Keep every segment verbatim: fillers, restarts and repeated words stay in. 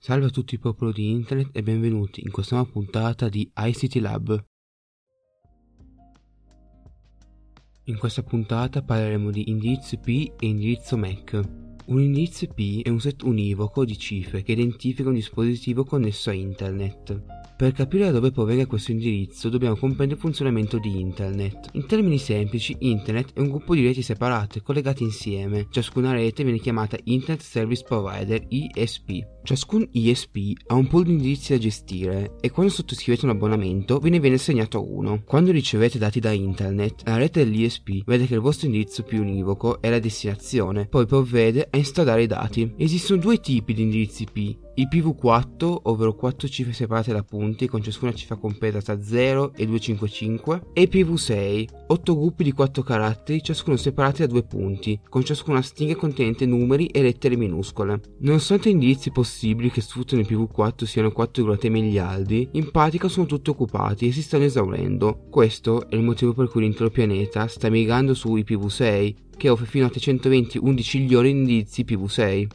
Salve a tutti il popolo di internet e benvenuti in questa nuova puntata di I C T Lab. In questa puntata parleremo di indirizzo I P e indirizzo M A C. Un indirizzo I P è un set univoco di cifre che identifica un dispositivo connesso a internet. Per capire da dove provenga questo indirizzo dobbiamo comprendere il funzionamento di internet. In termini semplici, internet è un gruppo di reti separate collegate insieme. Ciascuna rete viene chiamata Internet Service Provider I S P. Ciascun I S P ha un pool di indirizzi da gestire e quando sottoscrivete un abbonamento ve ne viene assegnato uno. Quando ricevete dati da internet, la rete dell'I S P vede che il vostro indirizzo più univoco è la destinazione, poi provvede a installare i dati. Esistono due tipi di indirizzi I P. I P v quattro, ovvero quattro cifre separate da punti con ciascuna cifra compresa tra zero e duecentocinquantacinque, e I P v sei, otto gruppi di quattro caratteri ciascuno separati da due punti, con ciascuna stringa contenente numeri e lettere minuscole. Nonostante gli indirizzi possibili che sfruttano I P v quattro siano quattro virgola tre miliardi, in pratica sono tutti occupati e si stanno esaurendo. Questo è il motivo per cui l'intero pianeta sta migrando su I P v sei, che offre fino a trecentoventi undicilioni di indirizzi I P v sei.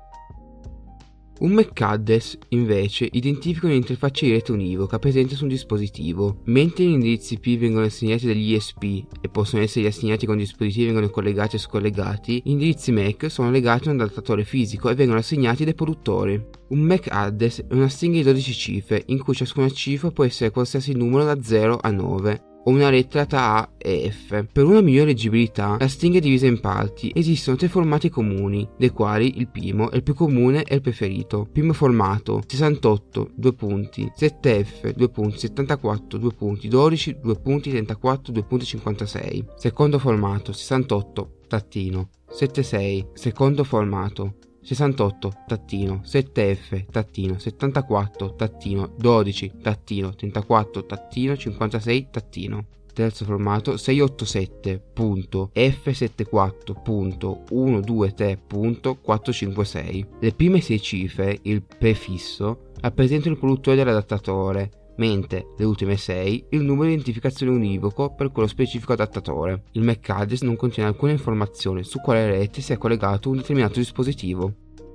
Un M A C address, invece, identifica un'interfaccia di rete univoca presente su un dispositivo. Mentre gli indirizzi I P vengono assegnati dagli I S P e possono essere assegnati quando i dispositivi vengono collegati o scollegati, gli indirizzi M A C sono legati a un adattatore fisico e vengono assegnati dai produttori. Un M A C address è una stringa di dodici cifre, in cui ciascuna cifra può essere qualsiasi numero da zero a nove. O una lettera tra A e F. Per una migliore leggibilità, la stringa è divisa in parti. Esistono tre formati comuni, dei quali il primo è il più comune e il preferito. Primo formato: sessantotto, due punti, sette F, due punti, settantaquattro, due punti, dodici, due punti, trentaquattro, due punti, cinquantasei. Secondo formato: sessantotto, trattino, settantasei. Secondo formato: sessantotto, tattino, sette F, tattino, settantaquattro, tattino, dodici, tattino, trentaquattro, tattino, cinquantasei, tattino. Terzo formato: seicentottantasette punto F settantaquattro punto centoventitré punto quattrocentocinquantasei. Le prime sei cifre, il prefisso, rappresentano il produttore dell'adattatore, mentre le ultime sei il numero di identificazione univoco per quello specifico adattatore. Il M A C address non contiene alcuna informazione su quale rete sia collegato un determinato dispositivo.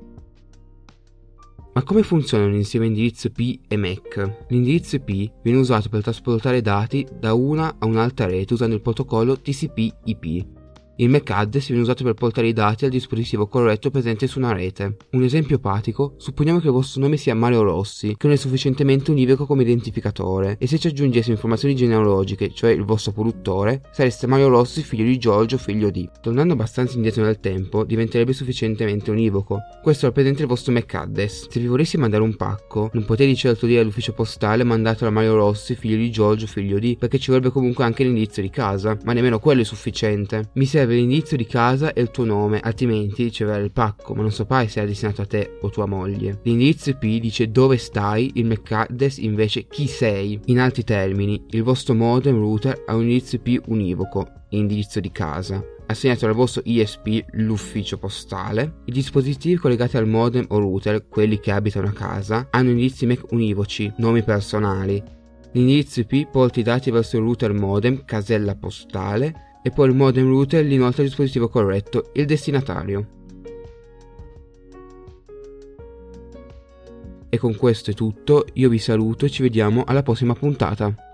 Ma come funziona un insieme indirizzo I P e M A C? L'indirizzo I P viene usato per trasportare dati da una a un'altra rete usando il protocollo T C P I P. Il M A C address viene usato per portare i dati al dispositivo corretto presente su una rete. Un esempio pratico: supponiamo che il vostro nome sia Mario Rossi, che non è sufficientemente univoco come identificatore, e se ci aggiungessimo informazioni genealogiche, cioè il vostro produttore, sareste Mario Rossi figlio di Giorgio figlio di. Tornando abbastanza indietro nel tempo, diventerebbe sufficientemente univoco. Questo rappresenta il vostro M A C address. Se vi volessi mandare un pacco, non potete di certo dire all'ufficio postale mandatelo a Mario Rossi figlio di Giorgio figlio di, perché ci vorrebbe comunque anche l'indirizzo di casa, ma nemmeno quello è sufficiente. Mi serve l'indirizzo di casa e il tuo nome, altrimenti riceverai il pacco, ma non saprai se è destinato a te o tua moglie. L'indirizzo I P dice dove stai, il M A C address invece chi sei. In altri termini, il vostro modem router ha un indirizzo I P univoco, indirizzo di casa, assegnato al vostro I S P, l'ufficio postale. I dispositivi collegati al modem o router, quelli che abitano a casa, hanno indirizzi M A C univoci, nomi personali. L'indirizzo I P porta i dati verso il router modem, casella postale, e poi il modem router li inoltra al dispositivo corretto, il destinatario. E con questo è tutto, io vi saluto e ci vediamo alla prossima puntata.